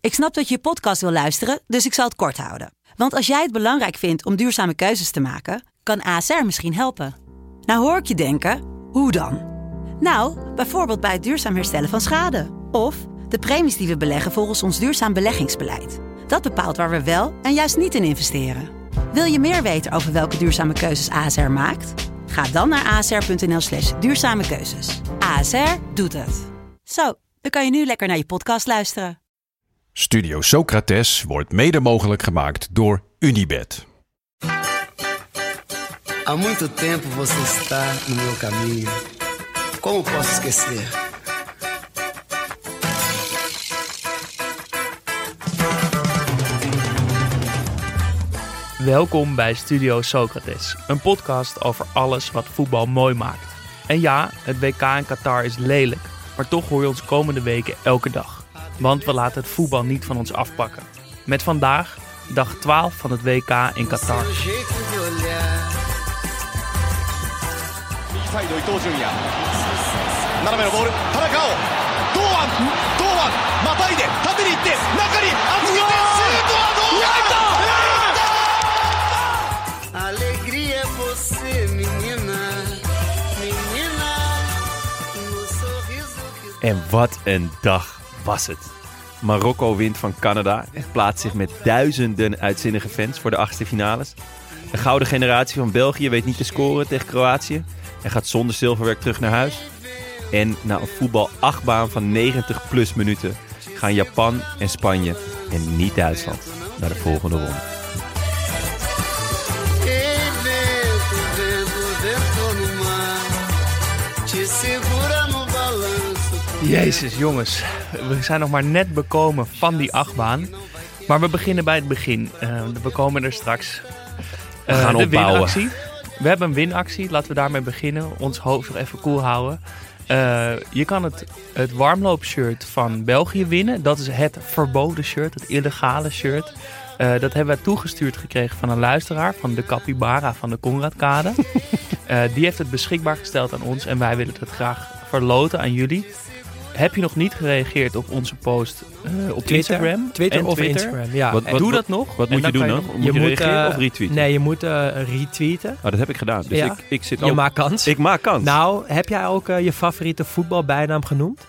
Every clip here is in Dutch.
Ik snap dat je podcast wil luisteren, dus ik zal het kort houden. Want als jij het belangrijk vindt om duurzame keuzes te maken, kan ASR misschien helpen. Nou hoor ik je denken, hoe dan? Nou, bijvoorbeeld bij het duurzaam herstellen van schade. Of de premies die we beleggen volgens ons duurzaam beleggingsbeleid. Dat bepaalt waar we wel en juist niet in investeren. Wil je meer weten over welke duurzame keuzes ASR maakt? Ga dan naar asr.nl/duurzame keuzes. ASR doet het. Zo, dan kan je nu lekker naar je podcast luisteren. Studio Socrates wordt mede mogelijk gemaakt door Unibet. Há muito tempo você está no meu caminho. Como posso esquecer? Welkom bij Studio Socrates, een podcast over alles wat voetbal mooi maakt. En ja, het WK in Qatar is lelijk, maar toch hoor je ons komende weken elke dag. Want we laten het voetbal niet van ons afpakken. Met vandaag, dag 12 van het WK in Qatar. Alegria é você, menina, menina, no sorriso que... En wat een dag was het. Marokko wint van Canada en plaatst zich met duizenden uitzinnige fans voor de achtste finales. De gouden generatie van België weet niet te scoren tegen Kroatië en gaat zonder zilverwerk terug naar huis. En na een voetbal-achtbaan van 90 plus minuten gaan Japan en Spanje en niet Duitsland naar de volgende ronde. Jezus jongens, we zijn nog maar net bekomen van die achtbaan. Maar we beginnen bij het begin. We komen er straks. We gaan de opbouwen. winactie. We hebben een winactie, laten we daarmee beginnen. Ons hoofd nog even koel houden. Je kan het warmloopshirt van België winnen. Dat is het verboden shirt, het illegale shirt. Dat hebben we toegestuurd gekregen van een luisteraar, van de Capybara van de Conradkade. Die heeft het beschikbaar gesteld aan ons en wij willen het graag verloten aan jullie. Heb je nog niet gereageerd op onze post op Instagram? Twitter of Instagram, ja. Doe dat nog. Wat moet je doen dan? Moet je reageren of retweeten? Nee, je moet retweeten. Oh, dat heb ik gedaan. Dus Ja. ik zit Je ook... maakt kans. Ik maak kans. Nou, heb jij ook je favoriete voetbalbijnaam genoemd?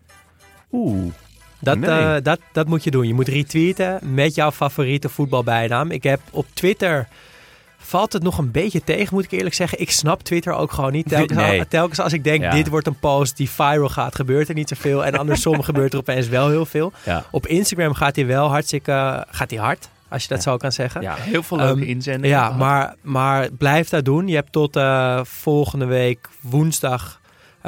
Oeh. Dat, Nee. dat moet je doen. Je moet retweeten met jouw favoriete voetbalbijnaam. Ik heb op Twitter... Valt het nog een beetje tegen, moet ik eerlijk zeggen. Ik snap Twitter ook gewoon niet. Telkens als ik denk, Ja. dit wordt een post die viral gaat, gebeurt er niet zoveel. En andersom gebeurt er opeens wel heel veel. Ja. Op Instagram gaat hij wel hartstikke hard, als je dat zo kan zeggen. Ja. Heel veel leuke inzendingen. Ja, gehad. maar blijf dat doen. Je hebt tot volgende week woensdag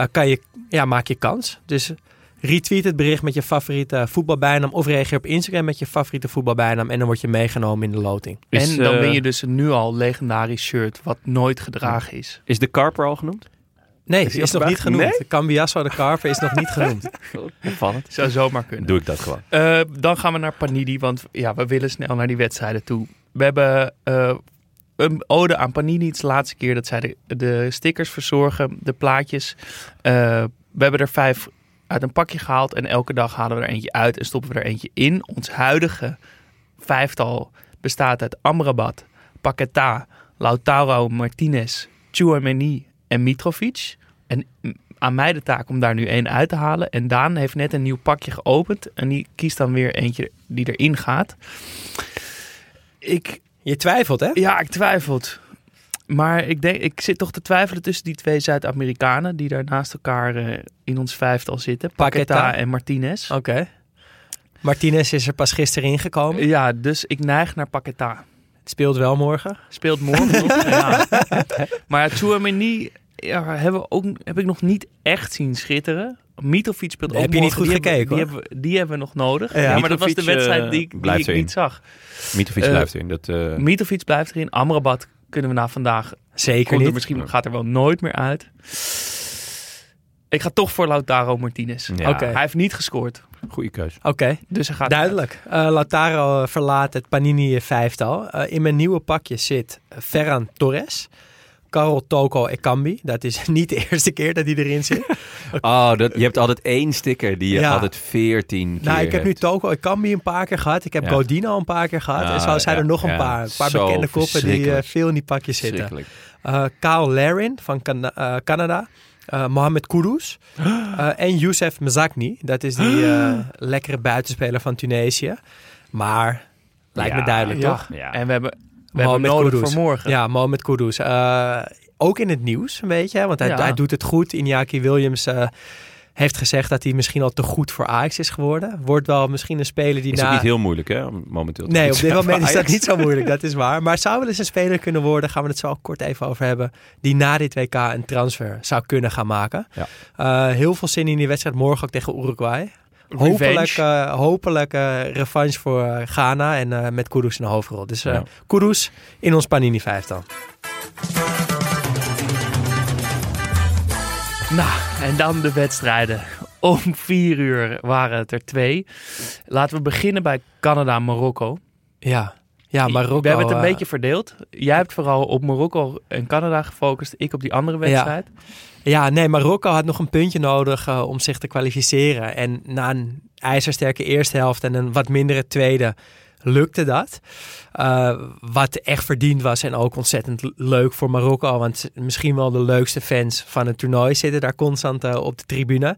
maak je kans. Dus retweet het bericht met je favoriete voetbalbijnaam of reageer op Instagram met je favoriete voetbalbijnaam en dan word je meegenomen in de loting. En dan win je dus een nu al legendarisch shirt wat nooit gedragen is. Is de Carper al genoemd? Nee, Is die is al nog niet gebruikt? genoemd. Nee? De Cambiasso de Carver is nog niet genoemd. Opvallend. Zou zomaar kunnen. Doe ik dat gewoon. Dan gaan we naar Panini, want ja, we willen snel naar die wedstrijden toe. We hebben een ode aan Panini. Het is de laatste keer dat zij de stickers verzorgen, de plaatjes. We hebben er 5 uit een pakje gehaald en elke dag halen we er eentje uit en stoppen we er eentje in. Ons huidige 5-tal bestaat uit Amrabat, Paquetá, Lautaro Martinez, Tchouaméni en Mitrovic. En aan mij de taak om daar nu 1 uit te halen. En Daan heeft net een nieuw pakje geopend en die kiest dan weer eentje die erin gaat. Je twijfelt, hè? Ja, ik twijfelt. Maar ik zit toch te twijfelen tussen die 2 Zuid-Amerikanen die daar naast elkaar in ons 5-tal zitten. Paquetá en Martinez. Oké. Martinez is er pas gisteren ingekomen. Ja, dus ik neig naar Paquetá. Het speelt wel morgen. Speelt morgen nog. Ja. Maar Tchouaméni heb ik nog niet echt zien schitteren. Mitrovic speelt ook Heb je niet morgen. goed gekeken, hoor. Die hebben we nog nodig. Ja. Ja, maar dat was de Mitrovic, wedstrijd die blijft ik erin. niet zag. Mitrovic blijft erin. Mitrovic blijft erin. Amrabat kunnen we na vandaag... Zeker Komt er niet. misschien gaat er wel nooit meer uit. Ik ga toch voor Lautaro Martinez. Ja. Oké. Hij heeft niet gescoord. Goeie keus. Oké. Dus hij gaat Duidelijk. Lautaro verlaat het Panini 5-tal. In mijn nieuwe pakje zit Ferran Torres, Karol Toko Ekambi. Dat is niet de eerste keer dat hij erin zit. Je hebt altijd 1 sticker die je altijd 14 keer Nou, ik heb nu hebt. Toko Ekambi een paar keer gehad. Ik heb Godino een paar keer gehad. En zo zijn er nog een paar. Een paar Zo bekende koppen die veel in die pakjes zitten. Kyle Larin van Canada. Mohamed Kudus. En Youssef Mzakni. Dat is die lekkere buitenspeler van Tunesië. Maar, lijkt me duidelijk, toch? Ja. En we hebben nodig voor morgen. Ja, Mohamed Kudus. Ook in het nieuws, weet je. Want hij doet het goed. Iñaki Williams heeft gezegd dat hij misschien al te goed voor Ajax is geworden. Wordt wel misschien een speler die is het niet heel moeilijk, hè? Momenteel. Nee, op dit moment is dat niet zo moeilijk. Dat is waar. Maar het zou wel eens een speler kunnen worden. Gaan we het zo kort even over hebben. Die na dit WK een transfer zou kunnen gaan maken. Ja. Heel veel zin in die wedstrijd morgen ook tegen Uruguay. Hopelijk revanche voor Ghana en met Kudus in de hoofdrol. Dus Kudus in ons Panini 5 dan. Nou, en dan de wedstrijden. Om 4 uur waren het er 2. Laten we beginnen bij Canada-Marokko. Ja, Marokko. We hebben het een beetje verdeeld. Jij hebt vooral op Marokko en Canada gefocust. Ik op die andere wedstrijd. Ja, nee, Marokko had nog een puntje nodig om zich te kwalificeren. En na een ijzersterke eerste helft en een wat mindere tweede lukte dat. Wat echt verdiend was en ook ontzettend leuk voor Marokko. Want misschien wel de leukste fans van het toernooi zitten daar constant op de tribune.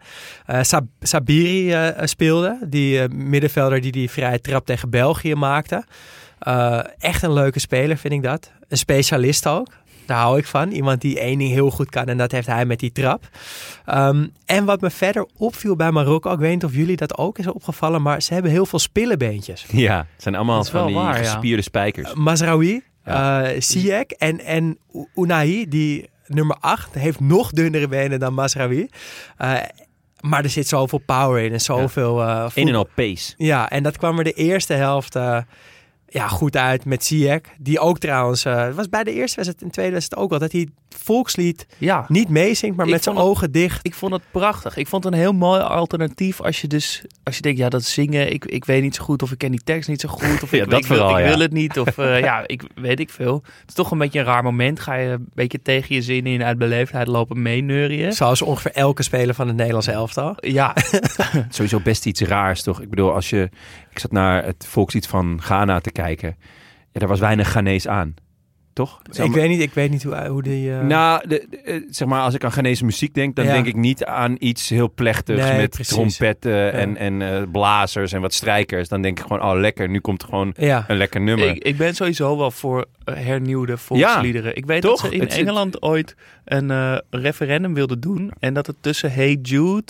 Sabiri speelde, die middenvelder die vrije trap tegen België maakte. Echt een leuke speler vind ik dat. Een specialist ook. Daar hou ik van. Iemand die één ding heel goed kan en dat heeft hij met die trap. En wat me verder opviel bij Marokko, ik weet niet of jullie dat ook is opgevallen, maar ze hebben heel veel spillebeentjes. Ja, het zijn allemaal van die gespierde spijkers. Mazraoui, Ziyech en Unai, die nummer 8, heeft nog dunnere benen dan Mazraoui. Maar er zit zoveel power in en zoveel... Een en al pace. Ja, en dat kwam er de eerste helft... goed uit met Ziyech. Die ook trouwens... was bij de eerste wedstrijd en de tweede wedstrijd ook al... dat hij het volkslied niet meezingt... maar met zijn ogen dicht. Ik vond het prachtig. Ik vond het een heel mooi alternatief... als je denkt, dat zingen... Ik weet niet zo goed... of ik ken die tekst niet zo goed... of ik wil het niet... of ik weet ik veel. Het is toch een beetje een raar moment. Ga je een beetje tegen je zin in... uit beleefdheid lopen meeneurien. Zoals ongeveer elke speler van het Nederlands elftal. Ja. Sowieso best iets raars, toch? Ik bedoel, ik zat naar het volkslied van Ghana te kijken. Ja, daar was weinig Ghanees aan. Toch? Ik weet niet hoe die... zeg maar, als ik aan Ghanese muziek denk... dan denk ik niet aan iets heel plechtigs... met trompetten en blazers en wat strijkers. Dan denk ik gewoon, lekker. Nu komt er gewoon een lekker nummer. Ik ben sowieso wel voor hernieuwde volksliederen. Ik weet dat ze in Engeland ooit een referendum wilden doen... en dat het tussen Hey Jude...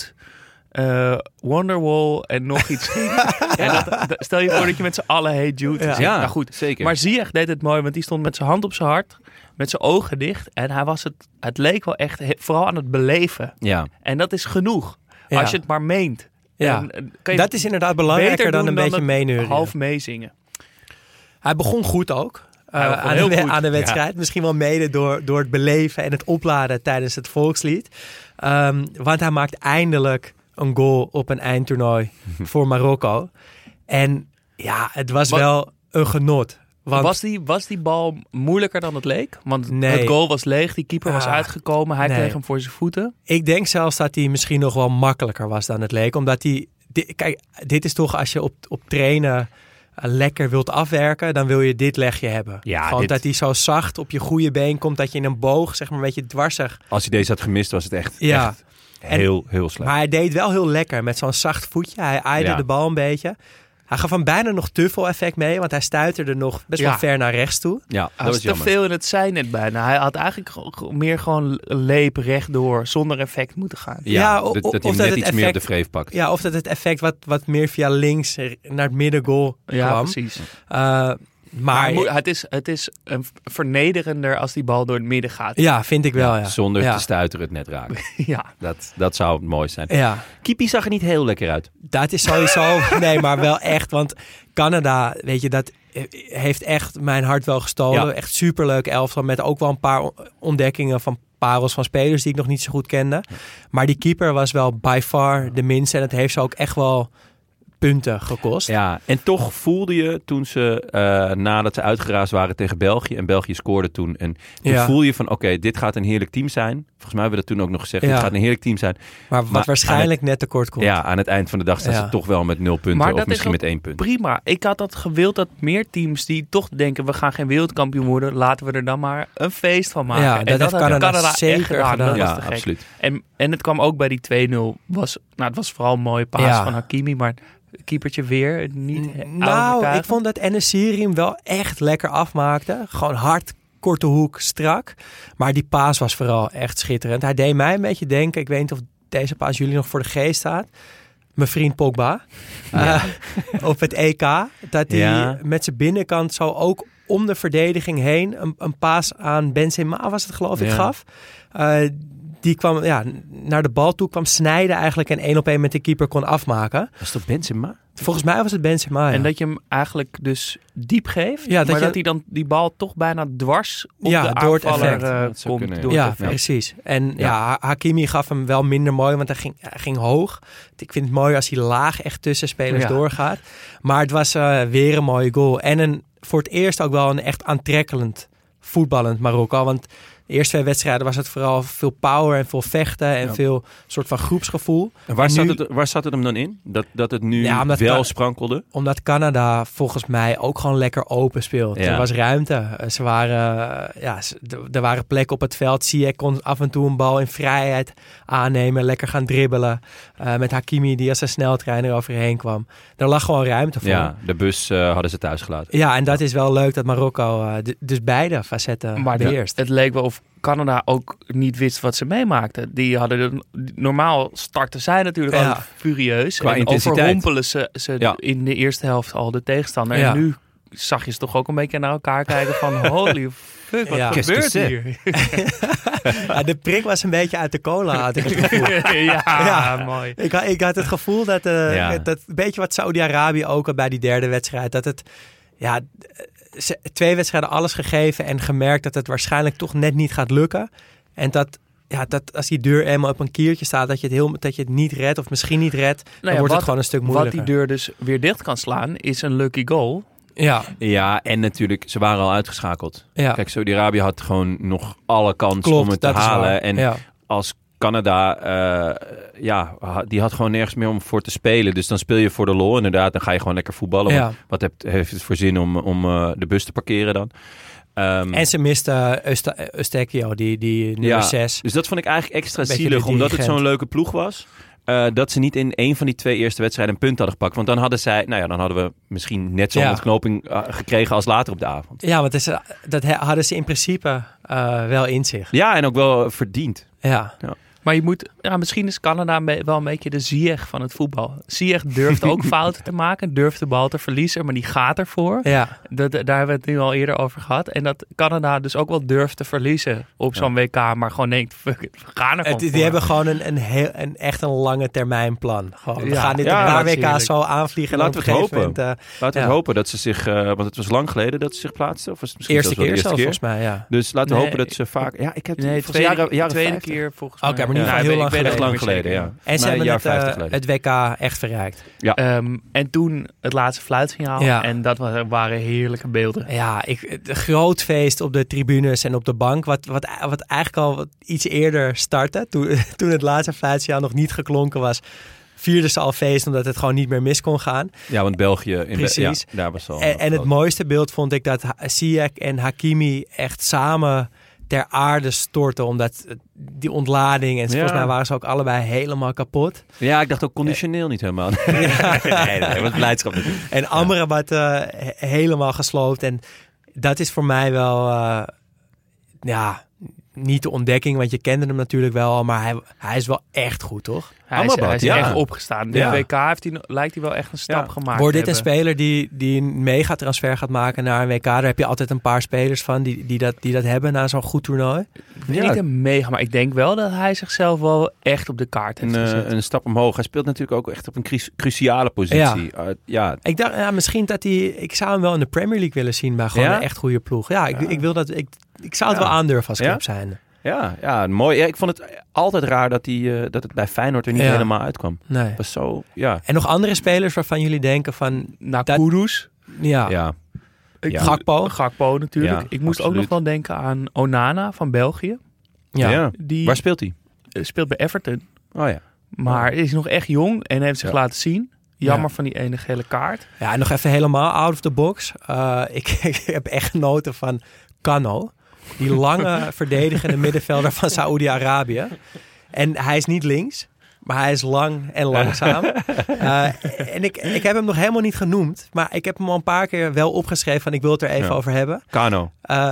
Wonderwall en nog iets ging. Stel je voor dat je met z'n allen Hey Jude zingt. Ja, nou goed, zeker. Maar Ziyech deed het mooi, want die stond met zijn hand op zijn hart, met zijn ogen dicht. En hij was het leek wel echt vooral aan het beleven. Ja. En dat is genoeg, als je het maar meent. Ja. Dat is inderdaad belangrijker dan een beetje meeneuren. Half meezingen. Hij begon goed ook. Aan de wedstrijd. Ja. Misschien wel mede door het beleven en het opladen tijdens het volkslied. Want hij maakt eindelijk een goal op een eindtoernooi voor Marokko. En het was wel een genot. Want was die bal moeilijker dan het leek? Want het goal was leeg, die keeper was uitgekomen. Hij kreeg hem voor zijn voeten. Ik denk zelfs dat hij misschien nog wel makkelijker was dan het leek. Omdat kijk, dit is toch als je op trainen lekker wilt afwerken, dan wil je dit legje hebben. Ja, gewoon dat hij zo zacht op je goede been komt, dat je in een boog, zeg maar, een beetje dwarsig. Als hij deze had gemist, was het echt heel slecht. Maar hij deed wel heel lekker met zo'n zacht voetje. Hij aaide de bal een beetje. Hij gaf hem bijna nog tuffel-effect mee, want hij stuiterde nog best wel ver naar rechts toe. Ja, hij was te veel in het zijnet bijna. Hij had eigenlijk meer gewoon leep rechtdoor, zonder effect moeten gaan. Dat hij net iets meer op de vreef pakt. Ja, of dat het effect wat meer via links naar het middengoal kwam. Ja, precies. Maar het is vernederender als die bal door het midden gaat. Ja, vind ik wel, ja. Zonder te stuiteren het net raken. Dat zou mooi zijn. Ja. Kiepie zag er niet heel lekker uit. Dat is sowieso... nee, maar wel echt. Want Canada, weet je, dat heeft echt mijn hart wel gestolen. Ja. Echt superleuk elftal. Met ook wel een paar ontdekkingen van parels van spelers die ik nog niet zo goed kende. Maar die keeper was wel by far de minste. En het heeft ze ook echt wel punten gekost. Ja, en toch voelde je toen ze, nadat ze uitgeraasd waren tegen België, en België scoorde toen. En toen voelde je van, oké, dit gaat een heerlijk team zijn. Volgens mij hebben we dat toen ook nog gezegd, dit gaat een heerlijk team zijn. Maar wat waarschijnlijk net tekort komt. Ja, aan het eind van de dag staan ze toch wel met 0 punten, maar of misschien met 1 punt. Prima. Ik had dat gewild dat meer teams die toch denken, we gaan geen wereldkampioen worden, laten we er dan maar een feest van maken. Ja, en dat heeft Canada zeker gedaan. Ja, absoluut. En het kwam ook bij die 2-0. Het was vooral een mooie paas van Hakimi, maar keepertje weer niet. Nou, ik vond dat Enesiri hem wel echt lekker afmaakte. Gewoon hard, korte hoek, strak. Maar die paas was vooral echt schitterend. Hij deed mij een beetje denken, ik weet niet of deze paas jullie nog voor de geest staat. Mijn vriend Pogba. Op het EK. Dat hij met zijn binnenkant zo ook om de verdediging heen een paas aan Benzema was het geloof ik gaf. Die kwam naar de bal toe, kwam snijden eigenlijk en 1-op-1 met de keeper kon afmaken. Was dat Benzema? Volgens mij was het Benzema, En dat je hem eigenlijk dus diep geeft, maar dat hij dan die bal toch bijna dwars op de aanvaller komt. Precies. En Hakimi gaf hem wel minder mooi, want hij ging hoog. Ik vind het mooi als hij laag echt tussen spelers doorgaat. Maar het was weer een mooie goal. En voor het eerst ook wel een echt aantrekkelend voetballend Marokko, want de eerste 2 wedstrijden was het vooral veel power en veel vechten en veel soort van groepsgevoel. En waar zat het hem dan in? Dat het nu wel sprankelde? Omdat Canada volgens mij ook gewoon lekker open speelt. Er was ruimte. Er waren plekken op het veld. Ziyech kon af en toe een bal in vrijheid aannemen, lekker gaan dribbelen. Met Hakimi die als een sneltrein eroverheen kwam. Er lag gewoon ruimte voor. Ja, de bus hadden ze thuis gelaten. Ja, en dat is wel leuk dat Marokko dus beide facetten beheerst. Het leek wel of Canada ook niet wist wat ze meemaakten. Die hadden normaal starten zij natuurlijk al furieus. Qua en overrompelen ze in de eerste helft al de tegenstander. Ja. En nu zag je ze toch ook een beetje naar elkaar kijken van holy fuck, wat gebeurt hier? De prik was een beetje uit de cola, had ik het gevoel. Mooi. Ik had het gevoel dat een beetje wat Saudi-Arabië ook al bij die derde wedstrijd, dat het 2 wedstrijden alles gegeven en gemerkt dat het waarschijnlijk toch net niet gaat lukken. En dat als die deur eenmaal op een kiertje staat, dat je het niet redt of misschien niet redt, dan wordt het gewoon een stuk moeilijker. Wat die deur dus weer dicht kan slaan, is een lucky goal. Ja, en natuurlijk, ze waren al uitgeschakeld. Ja. Kijk, Saudi-Arabië had gewoon nog alle kans om het te halen. En als Canada, die had gewoon nergens meer om voor te spelen. Dus dan speel je voor de lol inderdaad. Dan ga je gewoon lekker voetballen. Ja. Wat heeft het voor zin om de bus te parkeren dan? En ze miste Eustekio, die nummer 6. Dus dat vond ik eigenlijk extra zielig, omdat het zo'n leuke ploeg was. Dat ze niet in een van die 2 eerste wedstrijden een punt hadden gepakt. Want dan hadden we misschien net zo'n ontknoping gekregen als later op de avond. Ja, want dat hadden ze in principe wel in zich. Ja, en ook wel verdiend. Ja. Maar je moet, misschien is Canada wel een beetje de Ziyech van het voetbal. Ziyech durft ook fouten te maken, durft de bal te verliezen, maar die gaat ervoor. Ja. Daar hebben we het nu al eerder over gehad. En dat Canada dus ook wel durft te verliezen op zo'n WK, maar gewoon denkt, fuck it, we gaan er gewoon voor. Die hebben gewoon echt een lange termijn plan. We gaan dit een paar WK's zo aanvliegen. Laten we het hopen. Laten we hopen dat ze zich, want het was lang geleden dat ze zich plaatsten. Of was het misschien eerste keer volgens mij, ja. Dus laten we hopen dat ze vaak... Ja, ik heb tweede keer volgens mij. Maar niet heel lang geleden. Ja. En ze hebben het WK echt verrijkt. Ja. En toen het laatste fluitsignaal. Ja. En dat waren heerlijke beelden. Ja, groot feest op de tribunes en op de bank. Wat eigenlijk al iets eerder startte. Toen het laatste fluitsignaal nog niet geklonken was, vierden ze al feest omdat het gewoon niet meer mis kon gaan. Ja, want België... Precies. daar was al... En het mooiste beeld vond ik dat Ziyech en Hakimi echt samen ter aarde storten, omdat die ontlading en volgens mij waren ze ook allebei helemaal kapot. Ja, ik dacht ook conditioneel niet helemaal. Nee, wat blijdschap natuurlijk. En Amrabat helemaal gesloopt en dat is voor mij wel niet de ontdekking, want je kende hem natuurlijk wel al, maar hij is wel echt goed, toch? Hij is echt opgestaan. De WK lijkt hij wel echt een stap gemaakt. Wordt dit een speler die een megatransfer gaat maken naar een WK? Daar heb je altijd een paar spelers van die dat hebben na zo'n goed toernooi. Niet een mega, maar ik denk wel dat hij zichzelf wel echt op de kaart heeft gezet. Een stap omhoog. Hij speelt natuurlijk ook echt op een cruciale positie. Ik dacht misschien dat ik zou hem wel in de Premier League willen zien bij gewoon een echt goede ploeg. Ja, ik wil dat. Ik zou het wel aandurven als club zijn. Ja, mooi. Ja, ik vond het altijd raar dat het bij Feyenoord er niet helemaal uitkwam. Nee. Het was zo, ja. En nog andere spelers waarvan jullie denken van... Kudus. Ja. Gakpo natuurlijk. Ja, ik moest absoluut. ook nog wel denken aan Onana van België. Ja. Die Waar speelt hij? speelt bij Everton. Oh ja. Maar is nog echt jong en heeft zich laten zien. Jammer Ja. van die ene gele kaart. Ja, en nog even helemaal out of the box. Ik heb echt genoten van Kano. Die lange verdedigende middenvelder van Saoedi-Arabië. En hij is niet links, maar hij is lang en langzaam. En ik heb hem nog helemaal niet genoemd. Maar ik heb hem al een paar keer wel opgeschreven van ik wil het er even over hebben. Kano.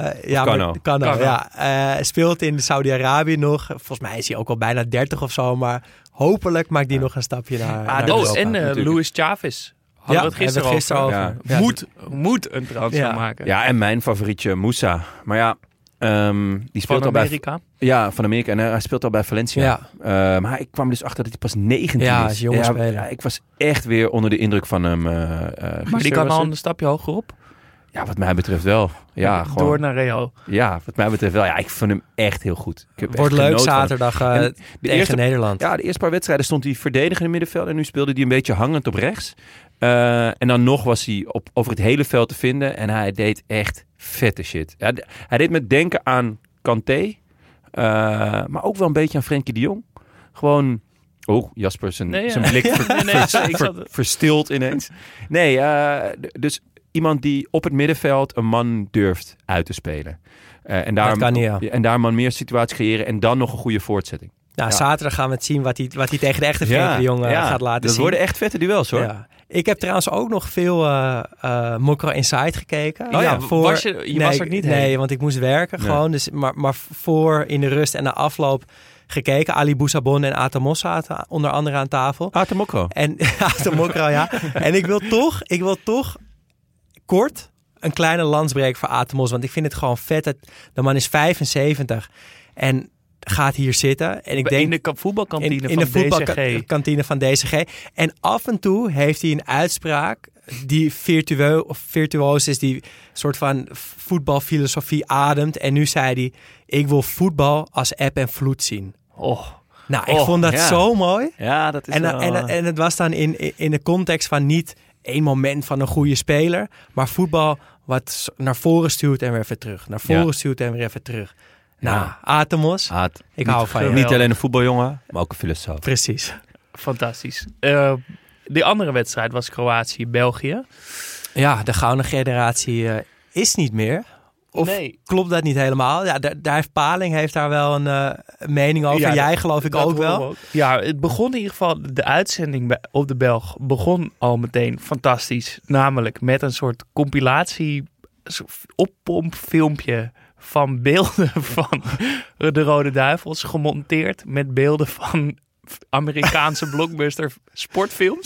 Kano. Ja. Speelt in Saudi-Arabië nog. Volgens mij is hij ook al bijna 30 of zo. Maar hopelijk maakt hij nog een stapje naar Europa. En Luis Chavez. Hadden we het gisteren over. over. Ja. Moet een transfer maken. Ja, en mijn favorietje Moussa. Maar ja, die speelt Van al bij... Amerika. Ja, van Amerika. En hij speelt al bij Valencia. Ja. Maar ik kwam dus achter dat hij pas 19 Ja, is. is jonge speler. Ja, ik was echt weer onder de indruk van hem. Maar die kan al een stapje hoger op. Ja, wat mij betreft wel. Ja, gewoon. Door naar Real. Ja, wat mij betreft wel. Ja, ik vond hem echt heel goed. Ik heb Wordt echt leuk genoten van hem. zaterdag En tegen eerste- Nederland. Ja, de eerste paar wedstrijden stond hij verdedigend in middenveld. En nu speelde hij een beetje hangend op rechts. En dan nog was hij over het hele veld te vinden. En hij deed echt vette shit. Ja, hij deed me denken aan Kanté. Maar ook wel een beetje aan Frenkie de Jong. Gewoon... Oh, Jasper, zijn blik verstilt ineens. Nee, dus iemand die op het middenveld een man durft uit te spelen. En daar een man meer situatie creëren en dan nog een goede voortzetting. Nou, zaterdag gaan we het zien wat hij tegen de echte Frenkie de Jong gaat laten zien. Dat worden echt vette duels, hoor. Ja. Ik heb trouwens ook nog veel Mokro Inside gekeken. Was er niet heen? Nee, want ik moest werken gewoon. Dus, maar voor in de rust en de afloop gekeken. Ali Boussabon en Atamos zaten onder andere aan tafel. Atamokro. En Atamokro, ja. En ik wil toch kort een kleine lansbreek voor Atamos. Want ik vind het gewoon vet. De man is 75 en gaat hier zitten. En ik denk in de voetbalkantine in van de voetbalkantine van DCG. En af en toe heeft hij een uitspraak die virtuoos is, die soort van voetbalfilosofie ademt. En nu zei hij, ik wil voetbal als eb en vloed zien. Nou, ik vond dat zo mooi. Ja, dat is en het was dan in de context van niet één moment van een goede speler, maar voetbal wat naar voren stuurt en weer even terug. Naar voren stuurt en weer even terug. Nou, Atamos, ik hou van je. Niet alleen een voetbaljongen, maar ook een filosoof. Precies. Fantastisch. De andere wedstrijd was Kroatië-België. Ja, de gouden generatie is niet meer. Of klopt dat niet helemaal? Ja, daar heeft Paling daar wel een mening over. Ja, jij geloof ik ook wel. Ook. Ja, het begon in ieder geval, de uitzending op de Belg begon al meteen fantastisch. Namelijk met een soort compilatie, oppompfilmpje van beelden van de Rode Duivels, gemonteerd met beelden van Amerikaanse blockbuster sportfilms.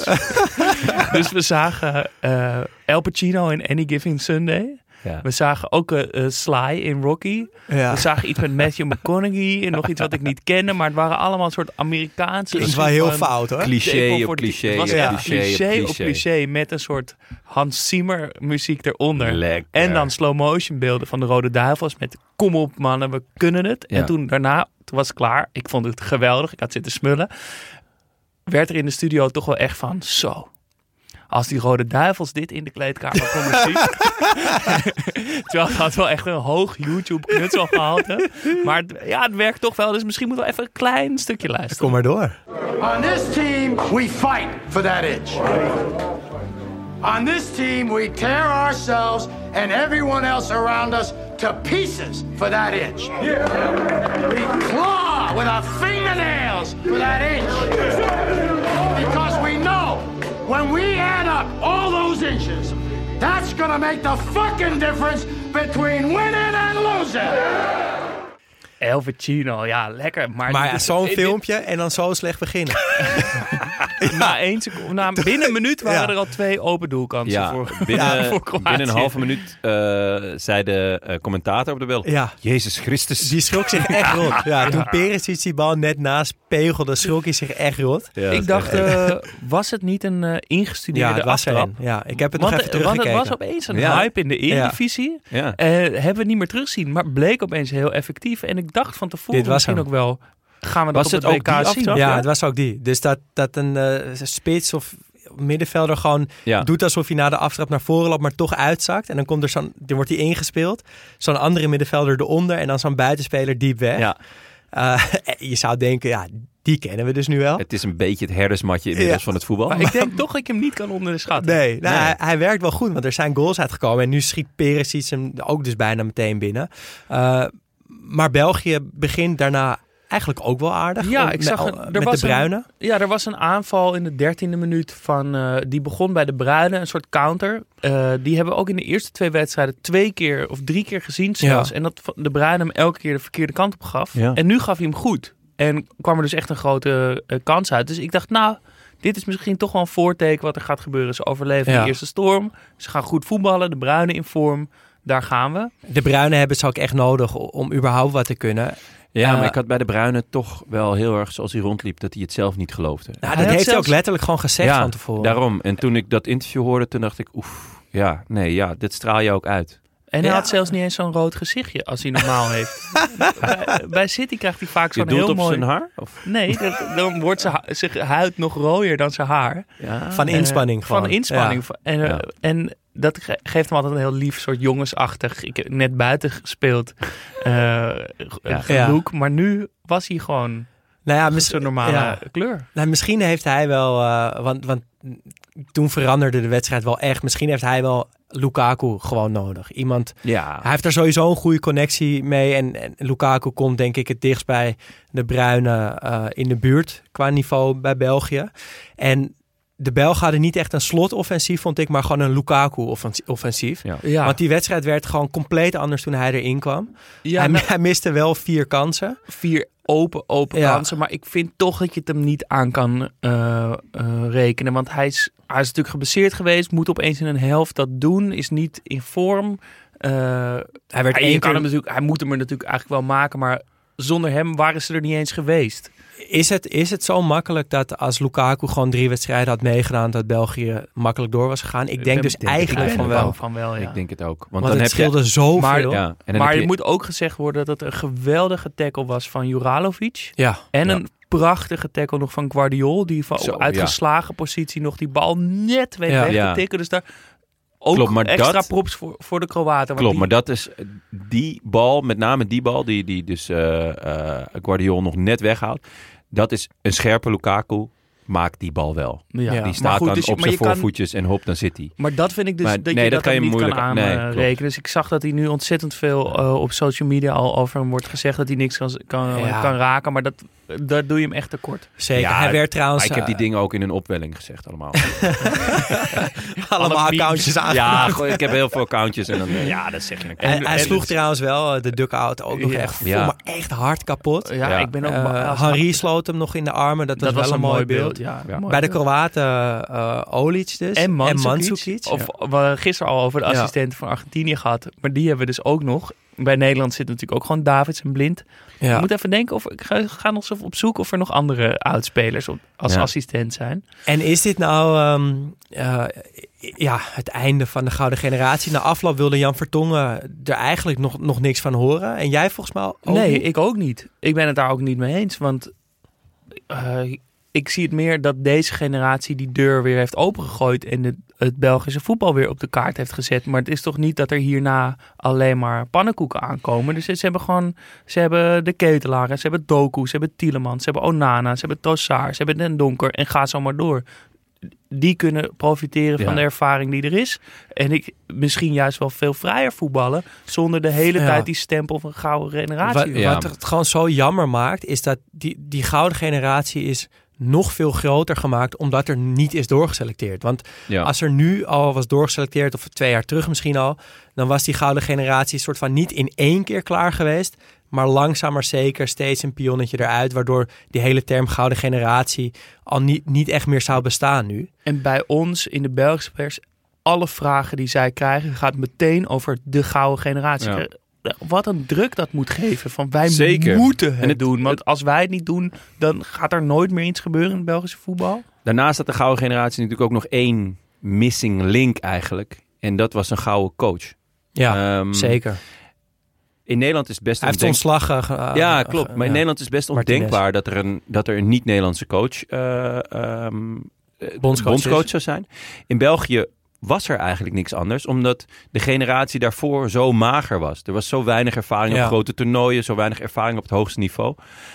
Dus we zagen Al Pacino in Any Given Sunday. Ja. We zagen ook Sly in Rocky. Ja. We zagen iets met Matthew McConaughey en nog iets wat ik niet kende. Maar het waren allemaal een soort Amerikaanse... Het was heel fout, hoor. Cliché op cliché. Het was cliché op cliché met een soort Hans Zimmer muziek eronder. Lekker. En dan slow motion beelden van de Rode Duivels met kom op mannen, we kunnen het. Ja. En toen daarna, toen was het klaar. Ik vond het geweldig. Ik had zitten smullen. Werd er in de studio toch wel echt van zo... Als die Rode Duivels dit in de kleedkamer konden zien. Terwijl het had wel echt een hoog YouTube-knutselgehalte. Maar het werkt toch wel. Dus misschien moeten we even een klein stukje luisteren. Kom maar door. On this team, we fight for that inch. On this team, we tear ourselves and everyone else around us to pieces for that inch. We claw with our fingernails for that inch. Because we know... when we add up all those inches, that's gonna make the fucking difference between winning and losing. El Pacino, ja, lekker. Maar zo'n filmpje en dan zo slecht beginnen. Binnen een minuut waren er al 2 open doelkansen voor Kroatië. Binnen een halve minuut zei de commentator op de bel. Ja. Jezus Christus. Die schrok zich echt rot. Ja, toen Perisic die bal net naast pegelde, schrok hij zich echt rot. Ja, ik dacht, was het niet een ingestudeerde aftrap? Ja, ik heb het nog even teruggekeken. Want het was opeens een hype in de Eredivisie. Ja. Hebben we niet meer teruggezien, maar bleek opeens heel effectief. En ik ik dacht van tevoren Dit was misschien hem. ook wel... Gaan we dat Was op het het ook die WK zien? aftrap? Ja, het was ook die. Dus dat een spits of middenvelder gewoon doet alsof hij na de aftrap naar voren loopt, maar toch uitzakt. En dan komt dan wordt hij ingespeeld. Zo'n andere middenvelder eronder en dan zo'n buitenspeler diep weg. Ja. Je zou denken, die kennen we dus nu wel. Het is een beetje het herdersmatje inmiddels van het voetbal. Maar ik denk toch dat ik hem niet kan onderschatten. Nee, hij werkt wel goed, want er zijn goals uitgekomen. En nu schiet Perisic hem ook dus bijna meteen binnen. Maar België begint daarna eigenlijk ook wel aardig. Ja, ik zag met er was de Bruyne. Er was een aanval in de 13e minuut van... die begon bij de Bruyne, een soort counter. Die hebben we ook in de eerste 2 wedstrijden 2 keer of 3 keer gezien zelfs. Ja. En dat de Bruyne hem elke keer de verkeerde kant op gaf. Ja. En nu gaf hij hem goed. En kwam er dus echt een grote kans uit. Dus ik dacht, dit is misschien toch wel een voorteken wat er gaat gebeuren. Ze overleven de eerste storm. Ze gaan goed voetballen, de Bruyne in vorm. Daar gaan we. De Bruyne hebben ze ook echt nodig om überhaupt wat te kunnen. Ja, maar ik had bij de Bruyne toch wel heel erg, zoals hij rondliep, dat hij het zelf niet geloofde. Nou, dat heeft hij ook letterlijk gewoon gezegd van tevoren. Daarom. En toen ik dat interview hoorde, toen dacht ik, dit straal je ook uit. En hij had zelfs niet eens zo'n rood gezichtje als hij normaal heeft. Bij City krijgt hij vaak zo'n heel mooi... Je doelt op zijn haar? Of? Nee, dan wordt zijn huid nog rooier dan zijn haar. Ja. Van inspanning gewoon. Van inspanning. Ja. En dat geeft hem altijd een heel lief soort jongensachtig... Ik heb net buiten gespeeld look. Maar nu was hij gewoon zo'n normale kleur. Nou, misschien heeft hij wel... Want toen veranderde de wedstrijd wel echt. Misschien heeft hij wel Lukaku gewoon nodig. Iemand... Ja. Hij heeft daar sowieso een goede connectie mee. En Lukaku komt denk ik het dichtst bij de Bruyne in de buurt qua niveau bij België. En de Belgen hadden niet echt een Slot-offensief, vond ik, maar gewoon een Lukaku-offensief. Ja. Want die wedstrijd werd gewoon compleet anders toen hij erin kwam. Ja, hij miste wel 4 kansen. 4 open kansen. Maar ik vind toch dat je het hem niet aan kan rekenen. Want hij is natuurlijk geblesseerd geweest. Moet opeens in een helft dat doen. Is niet in vorm. Hij moet hem er natuurlijk eigenlijk wel maken. Maar zonder hem waren ze er niet eens geweest. Is het zo makkelijk dat als Lukaku gewoon 3 wedstrijden had meegedaan, dat België makkelijk door was gegaan? Ik denk dus eigenlijk van wel. Ik denk het ook. Want dan het scheelde zoveel. Maar het moet ook gezegd worden dat het een geweldige tackle was van Juralovic. Ja. En een prachtige tackle nog van Guardiol. Die uit geslagen positie nog die bal net weet weg te tikken. Dus daar ook extra props voor de Kroaten. Klopt, maar dat is die bal, met name die bal, die dus Guardiol nog net weghaalt. Dat is een scherpe Lukaku. Maakt die bal wel. Ja. Die staat dan op zijn voorvoetjes en hop, dan zit hij. Maar dat vind ik dus dat je niet kan aanrekenen. Dus ik zag dat hij nu ontzettend veel op social media al over hem wordt gezegd dat hij niks kan raken. Maar dat doe je hem echt tekort. Zeker. Ja, hij werd trouwens... ik heb die dingen ook in een opwelling gezegd allemaal. Allemaal accountjes aan. Ja, ik heb heel veel accountjes en dan dat zeg je. Hij sloeg trouwens wel de dugout ook nog echt vol, maar echt hard kapot. Ja. Ik ben ook... Henry sloot hem nog in de armen. Dat was wel een mooi beeld. Ja. Bij de Kroaten Olic dus. En Mandzukic. Of we gisteren al over de assistenten van Argentinië gehad. Maar die hebben we dus ook nog. Bij Nederland zit natuurlijk ook gewoon Davids en Blind. Ja. Ik moet even denken, ik ga nog eens op zoek of er nog andere oudspelers als assistent zijn. En is dit nou het einde van de gouden generatie? Na afloop wilde Jan Vertongen er eigenlijk nog niks van horen. En jij volgens mij ook niet? Ik ook niet. Ik ben het daar ook niet mee eens. Want ik zie het meer dat deze generatie die deur weer heeft opengegooid en het Belgische voetbal weer op de kaart heeft gezet. Maar het is toch niet dat er hierna alleen maar pannenkoeken aankomen. Dus ze hebben de Ketelaren, ze hebben Doku, ze hebben Tielemans, ze hebben Onana, ze hebben Trossard, ze hebben Den Donker en ga zo maar door. Die kunnen profiteren van de ervaring die er is. En misschien juist wel veel vrijer voetballen zonder de hele tijd die stempel van gouden generatie. Wat het gewoon zo jammer maakt, is dat die gouden generatie is nog veel groter gemaakt omdat er niet is doorgeselecteerd. Want als er nu al was doorgeselecteerd, of 2 jaar terug misschien al, dan was die gouden generatie soort van niet in 1 keer klaar geweest, maar langzaam maar zeker steeds een pionnetje eruit, waardoor die hele term gouden generatie al niet echt meer zou bestaan nu. En bij ons in de Belgische pers, alle vragen die zij krijgen, gaat meteen over de gouden generatie. Ja. Wat een druk dat moet geven. Van wij moeten het doen. Want als wij het niet doen, dan gaat er nooit meer iets gebeuren in het Belgische voetbal. Daarnaast had de gouden generatie natuurlijk ook nog 1 missing link eigenlijk. En dat was een gouden coach. Ja, zeker. in Nederland is het best Hij heeft ontslag. Ja, klopt. Maar in Nederland is het best ondenkbaar dat er een niet-Nederlandse coach bondscoach zou zijn. In België was er eigenlijk niks anders, omdat de generatie daarvoor zo mager was. Er was zo weinig ervaring op grote toernooien, zo weinig ervaring op het hoogste niveau.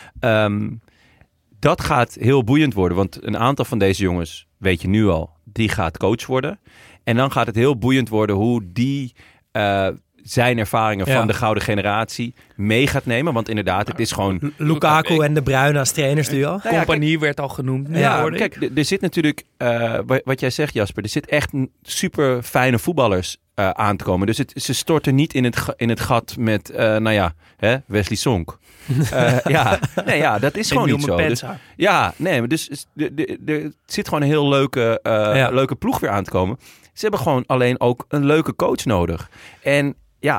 Dat gaat heel boeiend worden, want een aantal van deze jongens, weet je nu al, die gaat coach worden. En dan gaat het heel boeiend worden hoe die zijn ervaringen van de gouden generatie mee gaat nemen. Want inderdaad, het is gewoon... Lukaku en De Bruyne als trainersduo. Compagnie werd al genoemd. Kijk, er zit natuurlijk, wat jij zegt Jasper, er zit echt super fijne voetballers aan te komen. Dus ze storten niet in het gat met, Wesley Sonk. Dat is gewoon niet zo. Dus, er zit gewoon een heel leuke ploeg weer aan te komen. Ze hebben gewoon alleen ook een leuke coach nodig. En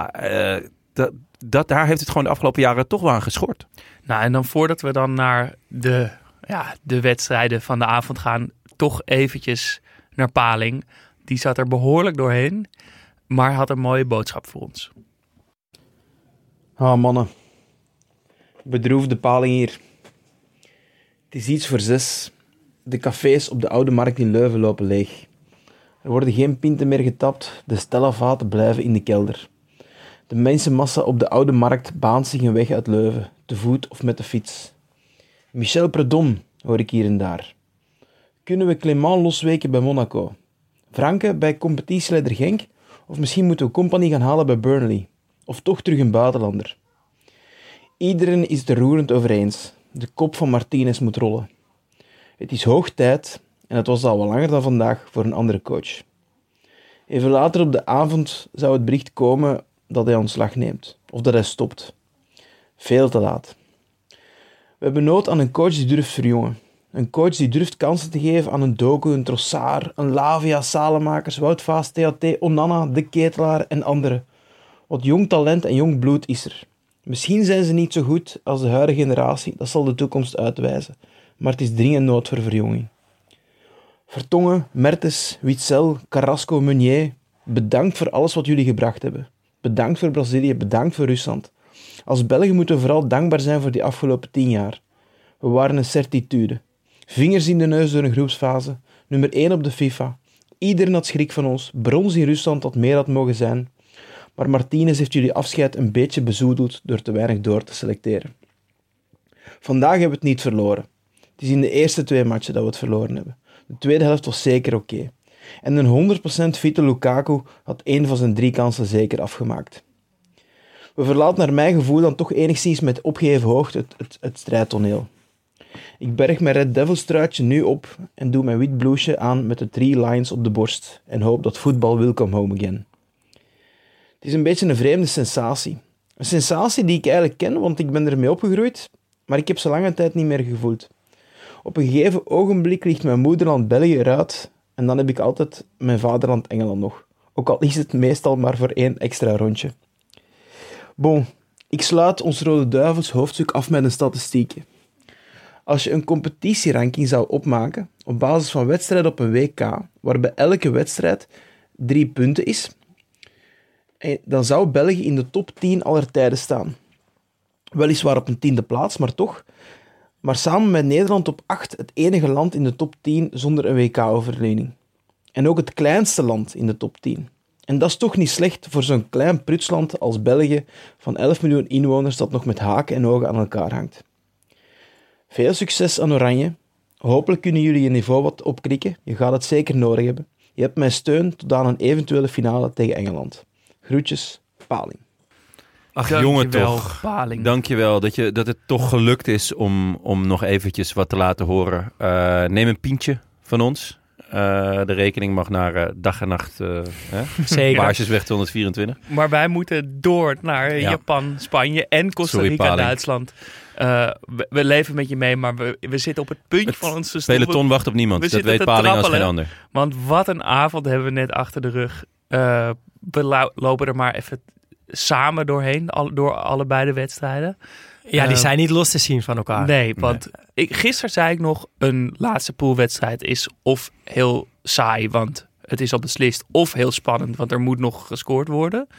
daar heeft het gewoon de afgelopen jaren toch wel aan geschort. Nou, en dan voordat we dan naar de wedstrijden van de avond gaan, toch eventjes naar Paling. Die zat er behoorlijk doorheen, maar had een mooie boodschap voor ons. Mannen. Bedroefde Paling hier. Het is iets voor 6. De cafés op de Oude Markt in Leuven lopen leeg. Er worden geen pinten meer getapt, de Stella-vaten blijven in de kelder. De mensenmassa op de Oude Markt baant zich een weg uit Leuven, te voet of met de fiets. Michel Predom hoor ik hier en daar. Kunnen we Clément losweken bij Monaco? Franke bij competitieleider Genk? Of misschien moeten we Compagnie gaan halen bij Burnley? Of toch terug een buitenlander? Iedereen is het er roerend over eens. De kop van Martinez moet rollen. Het is hoog tijd, en het was al wel langer dan vandaag, voor een andere coach. Even later op de avond zou het bericht komen dat hij ontslag neemt. Of dat hij stopt. Veel te laat. We hebben nood aan een coach die durft verjongen. Een coach die durft kansen te geven aan een Doku, een Trossard, een Lavia, Salemakers, Wout Vaas, THT, Onana, De Ketelaar en anderen. Wat jong talent en jong bloed is er. Misschien zijn ze niet zo goed als de huidige generatie, dat zal de toekomst uitwijzen. Maar het is dringend nood voor verjonging. Vertongen, Mertens, Witsel, Carrasco, Meunier, bedankt voor alles wat jullie gebracht hebben. Bedankt voor Brazilië, bedankt voor Rusland. Als Belgen moeten we vooral dankbaar zijn voor die afgelopen 10 jaar. We waren een certitude. Vingers in de neus door een groepsfase, nummer 1 op de FIFA. Iedereen had schrik van ons, brons in Rusland dat meer had mogen zijn. Maar Martinez heeft jullie afscheid een beetje bezoedeld door te weinig door te selecteren. Vandaag hebben we het niet verloren. Het is in de eerste 2 matchen dat we het verloren hebben. De tweede helft was zeker oké. En een 100% fitte Lukaku had 1 van zijn 3 kansen zeker afgemaakt. We verlaten naar mijn gevoel dan toch enigszins met opgeheven hoofd het strijdtoneel. Ik berg mijn Red Devils truitje nu op en doe mijn wit blouseje aan met de 3 lines op de borst en hoop dat voetbal will come home again. Het is een beetje een vreemde sensatie. Een sensatie die ik eigenlijk ken, want ik ben ermee opgegroeid, maar ik heb ze lange tijd niet meer gevoeld. Op een gegeven ogenblik ligt mijn moederland België eruit en dan heb ik altijd mijn vaderland Engeland nog. Ook al is het meestal maar voor 1 extra rondje. Bon, ik sluit ons Rode Duivels hoofdstuk af met een statistiekje. Als je een competitieranking zou opmaken op basis van wedstrijden op een WK, waarbij elke wedstrijd 3 punten is, dan zou België in de top 10 aller tijden staan. Weliswaar op een 10e plaats, maar toch. Maar samen met Nederland op 8 het enige land in de top 10 zonder een WK-overwinning. En ook het kleinste land in de top 10. En dat is toch niet slecht voor zo'n klein prutsland als België van 11 miljoen inwoners dat nog met haken en ogen aan elkaar hangt. Veel succes aan Oranje. Hopelijk kunnen jullie je niveau wat opkrikken. Je gaat het zeker nodig hebben. Je hebt mijn steun tot aan een eventuele finale tegen Engeland. Groetjes, Paling. Ach Dankjewel, jongen toch, Paling. Dankjewel dat het toch gelukt is om nog eventjes wat te laten horen. Neem een pintje van ons. De rekening mag naar dag en nacht. Zeker. Baarsjesweg 224. Maar wij moeten door naar Japan, Spanje en Costa Rica en Duitsland. We leven met je mee, maar we zitten op het puntje van onze stoel. Peloton wacht op niemand. Dat weet Paling als geen ander. Want wat een avond hebben we net achter de rug. We lopen er maar even samen doorheen, door allebei de wedstrijden. Ja, die zijn niet los te zien van elkaar. Nee, want gisteren zei ik nog, een laatste poolwedstrijd is of heel saai, want het is al beslist, of heel spannend, want er moet nog gescoord worden.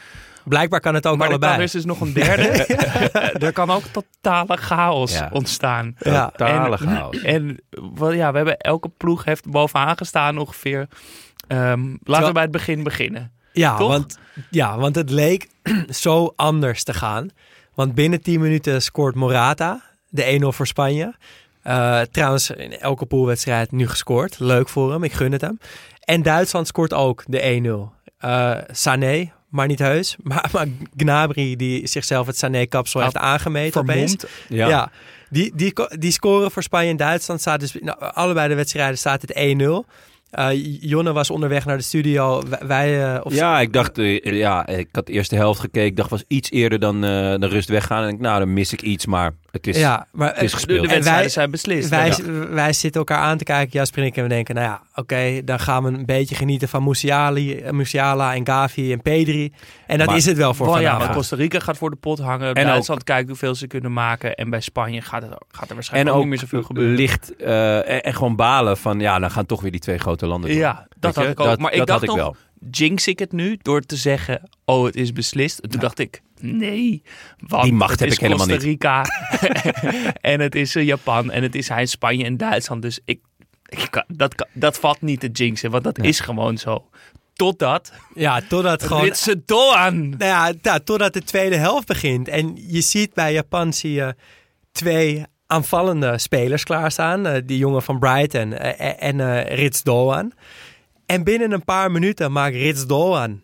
Blijkbaar kan het ook maar allebei. Maar er is dus nog een derde. Er kan ook totale chaos ontstaan. Ja. Totale chaos. En we hebben elke ploeg heeft bovenaan gestaan ongeveer. Laten we bij het begin beginnen. Ja, toch? Want het leek zo anders te gaan. Want binnen 10 minuten scoort Morata, de 1-0 voor Spanje. Trouwens, in elke poolwedstrijd nu gescoord. Leuk voor hem, ik gun het hem. En Duitsland scoort ook de 1-0. Sané, maar niet heus. Maar Gnabry, die zichzelf het Sané-kapsel heeft aangemeten opeens. Ja. Die scoren voor Spanje en Duitsland. Staat dus, allebei de wedstrijden staat het 1-0. Jonne was onderweg naar de studio. Ik dacht, ik had de eerste helft gekeken. Ik dacht, was iets eerder dan rust weggaan. En ik dan mis ik iets, maar het is, het is gespeeld. De wedstrijden zijn beslist. Wij zitten elkaar aan te kijken, Jasper en ik, en we denken, dan gaan we een beetje genieten van Musiala en Gavi en Pedri. En dat is het wel voor vanavond. Ja, Costa Rica gaat voor de pot hangen. En Duitsland kijkt hoeveel ze kunnen maken. En bij Spanje gaat er waarschijnlijk ook niet meer zoveel gebeuren. Licht en gewoon balen van, dan gaan toch weer die 2 grote landen door. Ja, dat had ik ook. Maar ik dacht nog, jinx ik het nu door te zeggen, het is beslist. Toen dacht ik, nee. Die macht heb ik helemaal niet. Het is Costa Rica en het is Japan en het is Spanje en Duitsland. Dus dat valt niet te jinxen, want dat is gewoon zo. Totdat gewoon... Ritse Doan! Totdat de tweede helft begint. En je ziet bij Japan 2 aanvallende spelers klaarstaan. Die jongen van Brighton en Rits Doan. En binnen een paar minuten maakt Rits Doan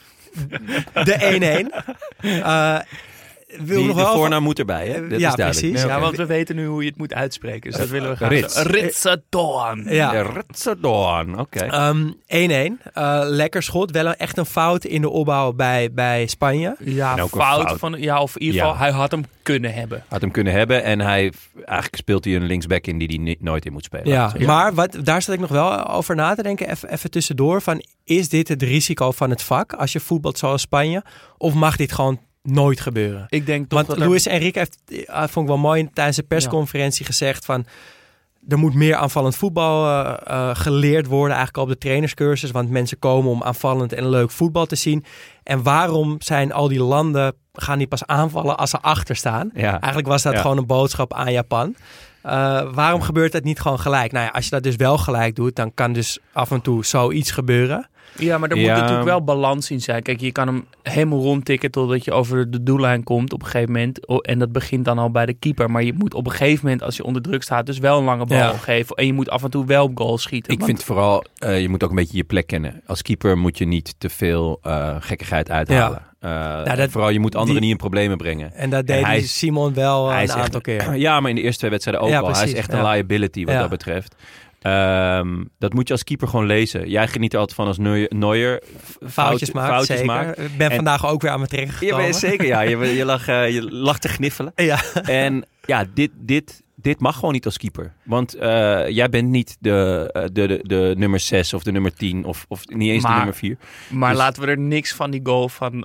de 1-1. De voornaam moet erbij, hè? Dat is duidelijk. Precies. Ja, want we weten nu hoe je het moet uitspreken. Dus dat willen we graag. Ritse Doan. Ja. Ritse Doan, oké. 1-1. Lekker schot. Wel echt een fout in de opbouw bij Spanje. Ja, fout. Of in ieder geval, hij had hem kunnen hebben. En eigenlijk speelt hij een linksback in die hij nooit in moet spelen. Ja, maar daar zat ik nog wel over na te denken. Even tussendoor. Is dit het risico van het vak als je voetbalt zoals Spanje? Of mag dit gewoon nooit gebeuren? Ik denk toch Want Luis Enrique heeft, vond ik wel mooi, tijdens de persconferentie gezegd van, er moet meer aanvallend voetbal geleerd worden, eigenlijk al op de trainerscursus, want mensen komen om aanvallend en leuk voetbal te zien. En waarom zijn al die landen, gaan die pas aanvallen als ze achter staan? Ja. Eigenlijk was dat gewoon een boodschap aan Japan. Waarom gebeurt dat niet gewoon gelijk? Als je dat dus wel gelijk doet, dan kan dus af en toe zoiets gebeuren. Ja, maar er moet natuurlijk wel balans in zijn. Kijk, je kan hem helemaal rondtikken totdat je over de doellijn komt op een gegeven moment. En dat begint dan al bij de keeper. Maar je moet op een gegeven moment, als je onder druk staat, dus wel een lange bal geven. En je moet af en toe wel op goal schieten. Ik vind vooral, je moet ook een beetje je plek kennen. Als keeper moet je niet te veel gekkigheid uithalen. Vooral, je moet anderen niet in problemen brengen. En dat deed Simon wel een aantal keer. Ja, maar in de eerste 2 wedstrijden ook al. Precies, hij is echt een liability wat dat betreft. Dat moet je als keeper gewoon lezen. Jij geniet er altijd van als Neuer foutjes maakt. Ik ben vandaag ook weer aan mijn trekken gekomen. Zeker, ja. Je lag te gniffelen. Ja. En dit mag gewoon niet als keeper. Want jij bent niet de nummer 6 of de nummer 10 of niet eens de nummer 4. Maar dus laten we er niks van die goal van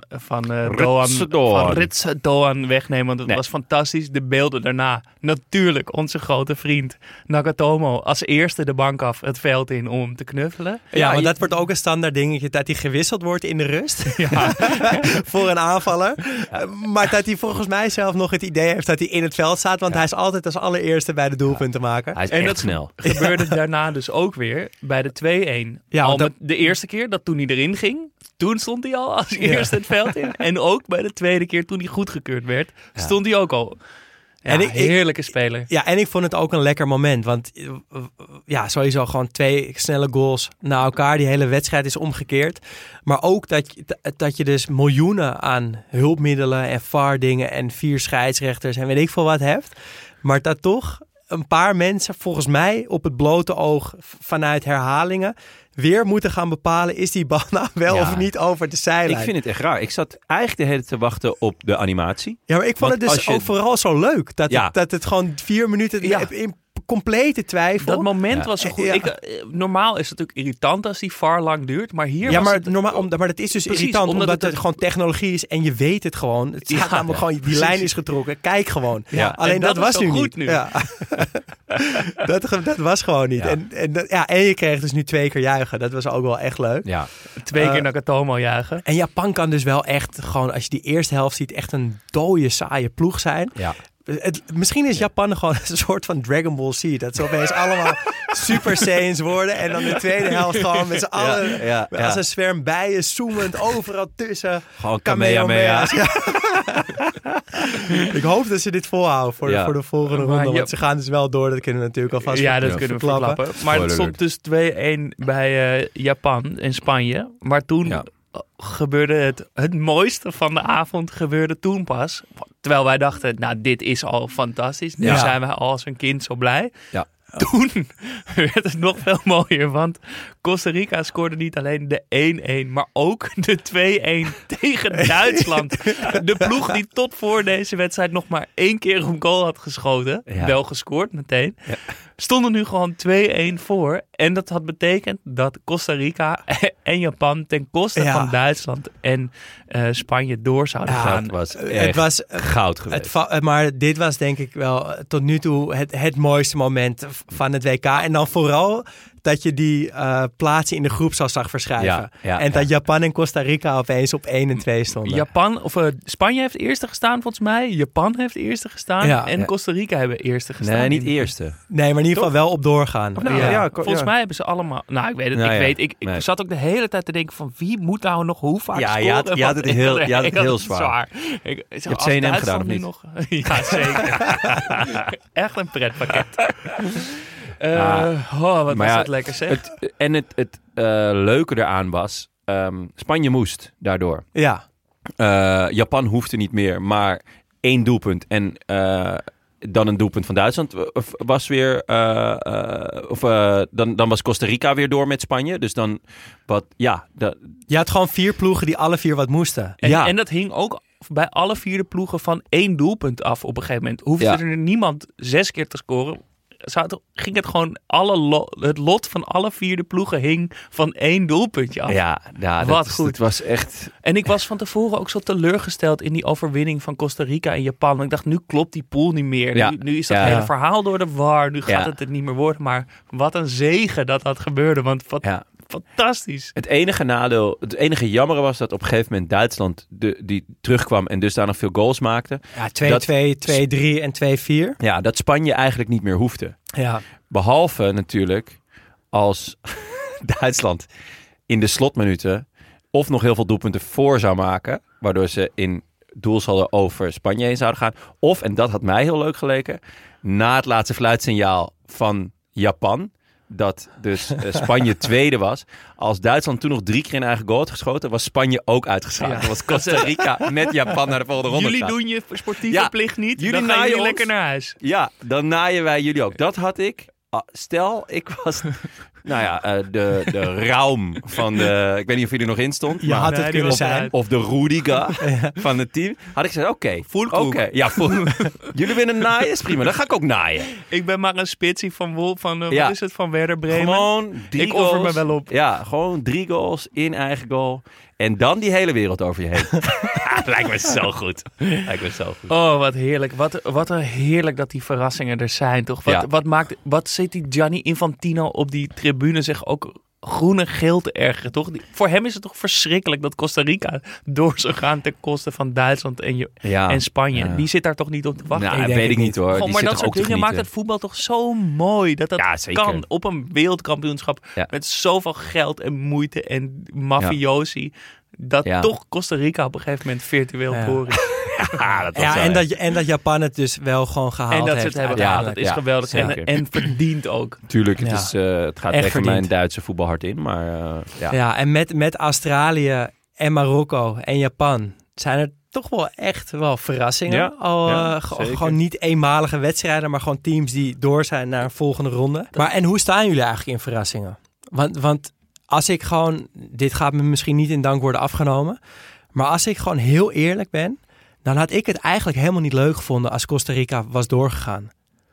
Ritse Doan wegnemen. Want het was fantastisch. De beelden daarna. Natuurlijk onze grote vriend Nagatomo als eerste de bank af het veld in om hem te knuffelen. Ja, want dat wordt ook een standaard dingetje. Dat hij gewisseld wordt in de rust. Voor een aanvaller. Maar dat hij volgens mij zelf nog het idee heeft dat hij in het veld staat. Want hij is altijd als allereerste bij de doelpunten maken. Hij is echt snel. Gebeurde daarna dus ook weer bij de 2-1. Ja, met de eerste keer dat toen hij erin ging. Toen stond hij al als eerste het veld in. En ook bij de tweede keer toen hij goedgekeurd werd, stond hij ook al. Ja, heerlijke speler. Ja, en ik vond het ook een lekker moment. Want sowieso gewoon 2 snelle goals na elkaar. Die hele wedstrijd is omgekeerd. Maar ook dat je dus miljoenen aan hulpmiddelen en VAR-dingen en 4 scheidsrechters en weet ik veel wat hebt. Maar dat toch een paar mensen volgens mij op het blote oog vanuit herhalingen weer moeten gaan bepalen, is die bal nou wel of niet over de zijlijn? Ik vind het echt raar. Ik zat eigenlijk de hele tijd te wachten op de animatie. Ja, maar ik vond het dus ook vooral zo leuk. Dat het gewoon 4 minuten in complete twijfel. Dat moment was zo goed. Normaal is het natuurlijk irritant als die VAR lang duurt. Maar hier was maar het... normaal, maar dat is dus irritant. Omdat het gewoon technologie is en je weet het gewoon. Het staat namelijk gewoon, die lijn is getrokken. Kijk gewoon. Ja. Alleen dat was nu niet. Ja. dat was gewoon niet. Ja. En je kreeg dus nu 2 keer juichen. Dat was ook wel echt leuk. Ja. 2 keer Nakatomo juichen. En Japan kan dus wel echt gewoon, als je die eerste helft ziet, echt een dode, saaie ploeg zijn. Ja. Misschien is Japan gewoon een soort van Dragon Ball Z. Dat ze opeens allemaal Super Saiyans worden. En dan de tweede helft gewoon met z'n allen als een zwerm bijen zoemend overal tussen. Gewoon Kamehameha. Ja. Ik hoop dat ze dit volhouden voor de volgende ronde. Want ze gaan dus wel door. Dat kunnen we natuurlijk alvast dat kunnen we verklappen. Maar het stond dus 2-1 bij Japan en Spanje. Maar toen... gebeurde het mooiste van de avond gebeurde toen pas. Terwijl wij dachten, nou, dit is al fantastisch. Nu zijn we al als een kind zo blij. Ja. Toen werd het nog veel mooier, want Costa Rica scoorde niet alleen de 1-1, maar ook de 2-1 tegen Duitsland. De ploeg die tot voor deze wedstrijd nog maar 1 keer op goal had geschoten, wel gescoord meteen, stonden nu gewoon 2-1 voor. En dat had betekend dat Costa Rica en Japan ten koste van Duitsland en Spanje door zouden gaan. Het was goud geweest. Maar dit was denk ik wel tot nu toe het mooiste moment van het WK. En dan vooral dat je die plaatsen in de groep zag verschuiven. En dat Japan en Costa Rica opeens op 1 en 2 stonden. Spanje heeft eerste gestaan volgens mij. Japan heeft eerste gestaan. En Costa Rica hebben eerste gestaan. Nee, niet eerste. Nee, maar in ieder geval wel op doorgaan. Volgens mij hebben ze allemaal... Nou, ik weet het. Ik zat ook de hele tijd te denken van wie moet nou nog hoe vaak scoren? Je had het heel zwaar. Je hebt CNM gedaan of niet? Ja, zeker. Echt een pretpakket. Wat was dat lekker zeg. Het leuke eraan was, Spanje moest daardoor. Ja. Japan hoefde niet meer, maar 1 doelpunt en dan een doelpunt van Duitsland was weer... dan was Costa Rica weer door met Spanje. Dus dan... Je had gewoon 4 ploegen die alle 4 wat moesten. En dat hing ook bij alle 4 de ploegen van 1 doelpunt af op een gegeven moment. Hoefde er niemand 6 keer te scoren. Ging het gewoon het lot van alle 4 de ploegen hing van 1 doelpuntje af. Ja, wat goed. Het was echt... En ik was van tevoren ook zo teleurgesteld in die overwinning van Costa Rica en Japan. Want ik dacht, nu klopt die pool niet meer. Ja. Nu is dat hele verhaal door de war. Nu gaat het niet meer worden. Maar wat een zegen dat gebeurde. Want fantastisch. Het enige jammere was dat op een gegeven moment Duitsland die terugkwam en dus daar nog veel goals maakte. Ja, 2-2, 2-3 en 2-4. Ja, dat Spanje eigenlijk niet meer hoefde. Ja. Behalve natuurlijk als Duitsland in de slotminuten of nog heel veel doelpunten voor zou maken, waardoor ze in doelsaldo over Spanje heen zouden gaan. Of, en dat had mij heel leuk geleken, na het laatste fluitsignaal van Japan, dat dus Spanje tweede was. Als Duitsland toen nog 3 keer in eigen goal had geschoten, was Spanje ook uitgeschakeld. Dan was Costa Rica met Japan naar de volgende ronde. Jullie doen je sportieve plicht niet, jullie dan gaan jullie lekker naar huis. Ja, dan naaien wij jullie ook. Dat had ik. Stel, ik was... de Raum van de... Ik weet niet of jullie er nog in stond. Je had het kunnen zijn. Of de Rudiger van het team. Had ik gezegd, oké. Jullie willen naaien? Is prima. Dan ga ik ook naaien. Ik ben maar een spitsie van wat is het? Van Werder Bremen. Gewoon 3 ik goals. offer me wel op. Ja, gewoon 3 goals in eigen goal. En dan die hele wereld over je heen. Lijkt me zo goed. Oh, wat heerlijk. Wat een heerlijk dat die verrassingen er zijn, toch? Wat zit die Gianni Infantino op die tribune zich ook groen en geel te ergeren, toch? Voor hem is het toch verschrikkelijk dat Costa Rica door zou gaan ten koste van Duitsland en Spanje. Ja. Die zit daar toch niet op te wachten? Nou, weet ik niet hoor. Maar dat soort dingen maakt het voetbal toch zo mooi. Dat kan op een wereldkampioenschap met zoveel geld en moeite en mafiosi. Dat toch Costa Rica op een gegeven moment virtueel voor is. En dat Japan het dus wel gewoon gehaald heeft. En dat ze het hebben gehaald. Dat is geweldig. En verdiend ook. Tuurlijk, het gaat tegen mijn Duitse voetbalhart in. Maar en met Australië en Marokko en Japan zijn er toch wel echt wel verrassingen. Gewoon niet eenmalige wedstrijden, maar gewoon teams die door zijn naar een volgende ronde. Maar en hoe staan jullie eigenlijk in verrassingen? Want als ik gewoon... Dit gaat me misschien niet in dank worden afgenomen. Maar als ik gewoon heel eerlijk ben, dan had ik het eigenlijk helemaal niet leuk gevonden als Costa Rica was doorgegaan.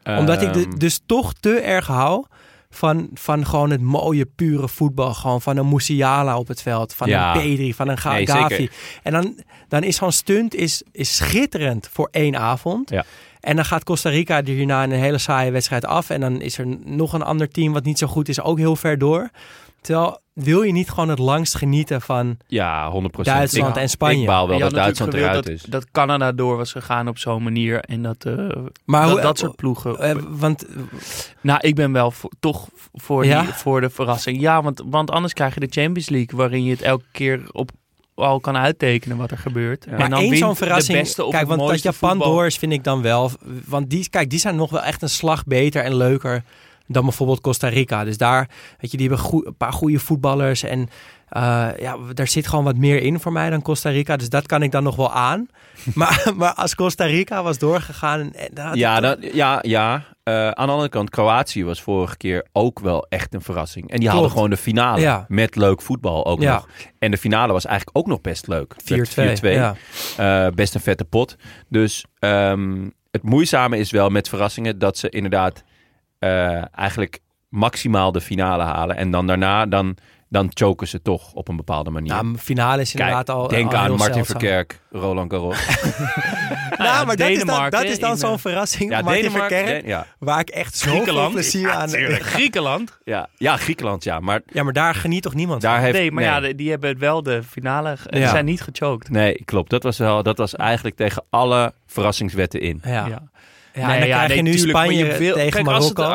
Omdat ik dus toch te erg hou van gewoon het mooie, pure voetbal. Gewoon van een Musiala op het veld. Van een Pedri, van een Gavi. En dan is zo'n stunt is schitterend voor 1 avond. Ja. En dan gaat Costa Rica er hierna een hele saaie wedstrijd af. En dan is er nog een ander team wat niet zo goed is, ook heel ver door. Terwijl, wil je niet gewoon het langst genieten van 100%. Duitsland en Spanje? Ik baal wel Je had dat Duitsland natuurlijk eruit gewild is. dat Canada door was gegaan op zo'n manier. En dat soort ploegen. Nou, ik ben wel toch voor de verrassing. Ja, want anders krijg je de Champions League, waarin je het elke keer al kan uittekenen wat er gebeurt. Maar één zo'n verrassing, de beste op kijk, het want dat Japan voetbal. door is, vind ik dan wel. Want die zijn nog wel echt een slag beter en leuker dan bijvoorbeeld Costa Rica. Dus daar, weet je, die hebben een paar goede voetballers. En daar zit gewoon wat meer in voor mij dan Costa Rica. Dus dat kan ik dan nog wel aan. maar als Costa Rica was doorgegaan... Aan de andere kant, Kroatië was vorige keer ook wel echt een verrassing. En die hadden gewoon de finale met leuk voetbal ook nog. En de finale was eigenlijk ook nog best leuk. 4-2. Best een vette pot. Dus het moeizame is wel met verrassingen dat ze inderdaad eigenlijk maximaal de finale halen. En dan daarna, dan choken ze toch op een bepaalde manier. Nou, finale is inderdaad al denk al aan heel Martin zeldzaam. Verkerk, Roland Garros. Maar dat is dan zo'n verrassing. Ja, Martin Denemarken, Verkerk, waar ik echt zoveel plezier aan... Griekenland. Ja, Griekenland, ja. Maar daar geniet toch niemand daar van? Die hebben wel de finale. Ze zijn niet gechoked. Nee, klopt. Dat was eigenlijk tegen alle verrassingswetten in. Ja, en dan krijg je nu Spanje tegen Marokko.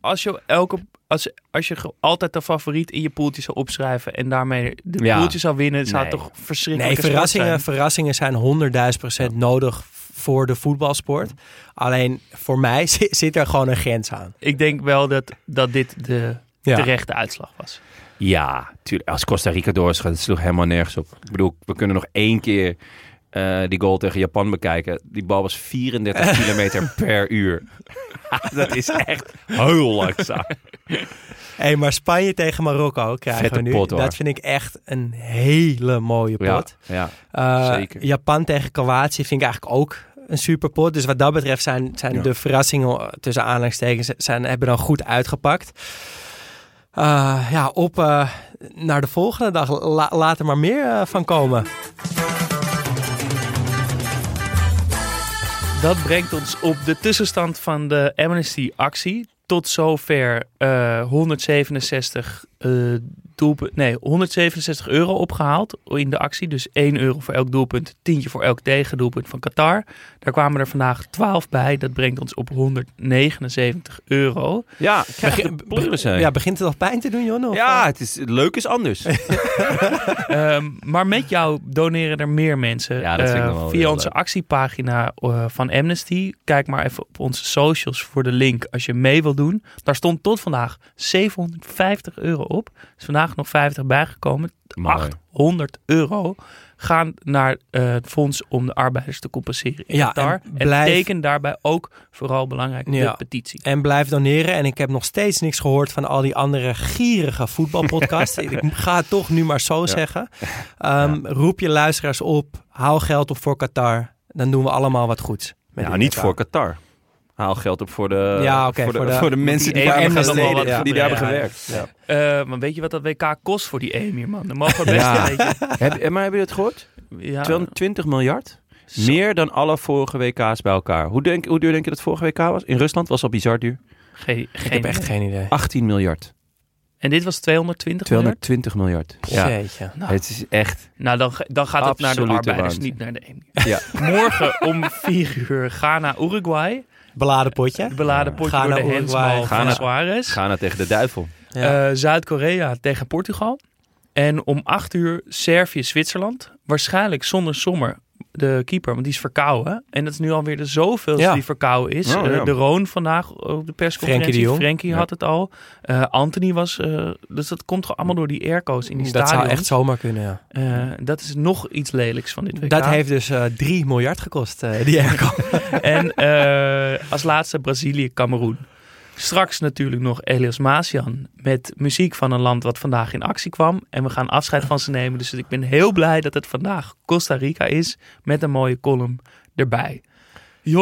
Als je altijd de favoriet in je poeltje zou opschrijven en daarmee de poeltje zou winnen, zou het toch verschrikkelijk zijn. Verrassingen zijn 100.000% nodig voor de voetbalsport. Alleen voor mij zit er gewoon een grens aan. Ik denk wel dat dit de terechte uitslag was. Ja, tuurlijk. Als Costa Rica door is, dat sloeg helemaal nergens op. Ik bedoel, we kunnen nog 1 keer die goal tegen Japan bekijken. Die bal was 34 kilometer per uur. Dat is echt heel langzaam. Maar Spanje tegen Marokko krijgen Vette we nu. pot, hoor. Dat vind ik echt een hele mooie pot. Ja, zeker. Japan tegen Kroatië vind ik eigenlijk ook een superpot. Dus wat dat betreft zijn de verrassingen tussen aanhalingstekens hebben dan goed uitgepakt. Naar de volgende dag. Laat er maar meer van komen. Dat brengt ons op de tussenstand van de Amnesty-actie. Tot zover 167 euro opgehaald in de actie. Dus €1 voor elk doelpunt, €10 voor elk tegendoelpunt van Qatar. Daar kwamen er vandaag 12 bij. Dat brengt ons op €179. Ja, begint het al pijn te doen, Jon? Ja, het is leuk is anders. Maar met jou doneren er meer mensen. Ja, dat vind ik nog wel via heel onze leuk. actiepagina van Amnesty. Kijk maar even op onze socials voor de link als je mee wilt doen. Daar stond tot vandaag €750 op. Er is vandaag nog 50 bijgekomen. Mooi. €800 gaan naar het fonds om de arbeiders te compenseren in Qatar. En teken daarbij ook, vooral belangrijk, de petitie. En blijf doneren. En ik heb nog steeds niks gehoord van al die andere gierige voetbalpodcasts. Ik ga het toch nu maar zo zeggen. Roep je luisteraars op. Hou geld op voor Qatar. Dan doen we allemaal wat goeds. Niet voor Qatar. Haal geld op voor de mensen die daar hebben gewerkt. Ja. Maar weet je wat dat WK kost voor die emir, man? Dan mogen we best Maar hebben je het gehoord? Ja. 20 miljard? Meer dan alle vorige WK's bij elkaar. Hoe duur denk je dat vorige WK was? In Rusland was al bizar duur. Ik heb echt geen idee. 18 miljard. En dit was 220 miljard? Ja. Nou, het is echt... Nou, dan gaat het naar de arbeiders, waanzin. niet naar de emir. Ja. Morgen om 4:00 Ghana-Uruguay. Beladen potje. Beladen potje door de handsbal van Suarez. Ghana tegen de duivel. Ja. Zuid-Korea tegen Portugal. En om 8:00 Servië-Zwitserland. Waarschijnlijk zonder Sommer, de keeper, want die is verkouden. En dat is nu alweer de zoveelste die verkouden is. De Roon vandaag op de persconferentie. Frenkie had het al. Anthony was... dus dat komt allemaal door die airco's in die stadions. Dat zou echt zomaar kunnen, dat is nog iets lelijks van dit WK. Dat heeft dus 3 miljard gekost, die airco. En als laatste Brazilië-Kameroen. Straks natuurlijk nog Elias Macian met muziek van een land wat vandaag in actie kwam. En we gaan afscheid van ze nemen. Dus ik ben heel blij dat het vandaag Costa Rica is met een mooie column erbij. Jonne,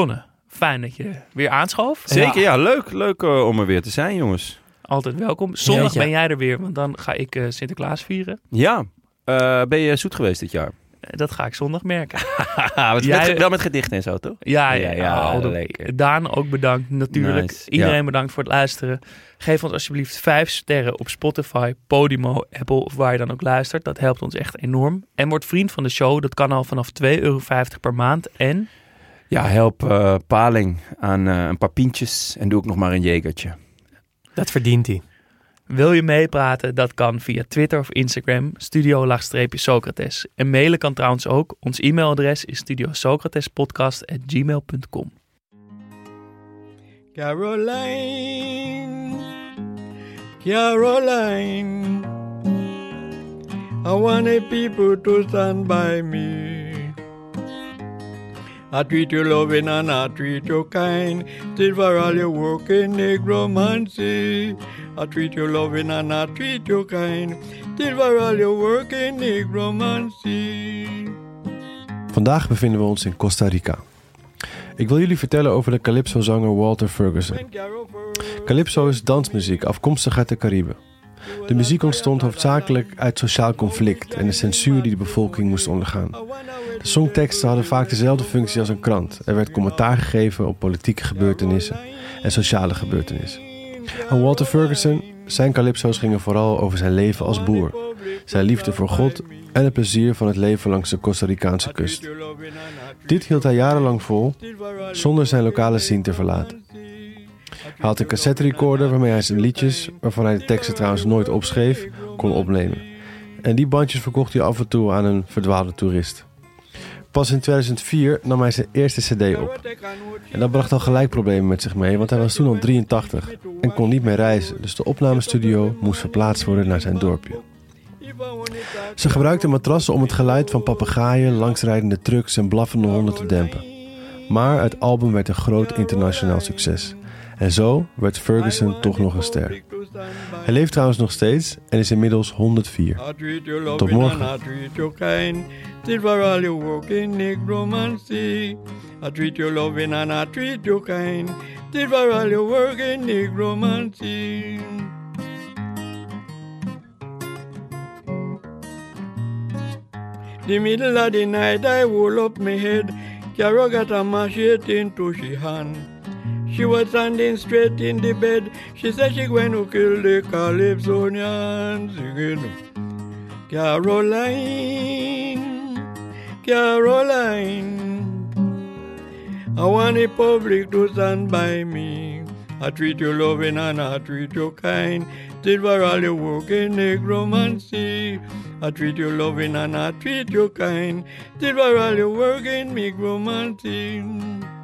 fijn dat je weer aanschoof. Zeker, ja. Leuk om er weer te zijn, jongens. Altijd welkom. Zondag ben jij er weer, want dan ga ik Sinterklaas vieren. Ja. Ben je zoet geweest dit jaar? Dat ga ik zondag merken. Wel met gedichten en zo, toch? Ja, lekker. Daan, ook bedankt natuurlijk. Nice. Iedereen bedankt voor het luisteren. Geef ons alsjeblieft 5 sterren op Spotify, Podimo, Apple of waar je dan ook luistert. Dat helpt ons echt enorm. En word vriend van de show. Dat kan al vanaf €2,50 per maand. En... Ja, help Paling aan een paar pintjes en doe ook nog maar een jegertje. Dat verdient hij. Wil je meepraten? Dat kan via Twitter of Instagram, studio-Socrates. En mailen kan trouwens ook. Ons e-mailadres is studiosocratespodcast@gmail.com. Caroline, I want the people to stand by me. I treat you loving and I treat you kind. Still for all your work in necromancy. I treat you loving and I treat you kind. Still for all your work in necromancy. Vandaag bevinden we ons in Costa Rica. Ik wil jullie vertellen over de calypso-zanger Walter Ferguson. Calypso is dansmuziek, afkomstig uit de Cariben. De muziek ontstond hoofdzakelijk uit sociaal conflict en de censuur die de bevolking moest ondergaan. De songteksten hadden vaak dezelfde functie als een krant. Er werd commentaar gegeven op politieke gebeurtenissen en sociale gebeurtenissen. En Walter Ferguson, zijn calypso's gingen vooral over zijn leven als boer, zijn liefde voor God en het plezier van het leven langs de Costa Ricaanse kust. Dit hield hij jarenlang vol, zonder zijn lokale scene te verlaten. Hij had een cassette recorder waarmee hij zijn liedjes, waarvan hij de teksten trouwens nooit opschreef, kon opnemen. En die bandjes verkocht hij af en toe aan een verdwaalde toerist. Pas in 2004 nam hij zijn eerste cd op. En dat bracht al gelijk problemen met zich mee, want hij was toen al 83 en kon niet meer reizen. Dus de opnamestudio moest verplaatst worden naar zijn dorpje. Ze gebruikten matrassen om het geluid van papegaaien, langsrijdende trucks en blaffende honden te dempen. Maar het album werd een groot internationaal succes. En zo werd Ferguson toch nog een ster. Hij leeft trouwens nog steeds en is inmiddels 104. Tot morgen. Still for all your work in necromancy. I treat you loving and I treat you kind. Still for all your work in necromancy. The middle of the night I roll up my head. Carol got a machete into she hand. She was standing straight in the bed. She said she going to kill the Calypsonians. Singing, Caroline, Caroline, I want the public to stand by me. I treat you loving and I treat you kind. Still for all your work in necromancy. I treat you loving and I treat you kind. Still for all your work in necromancy.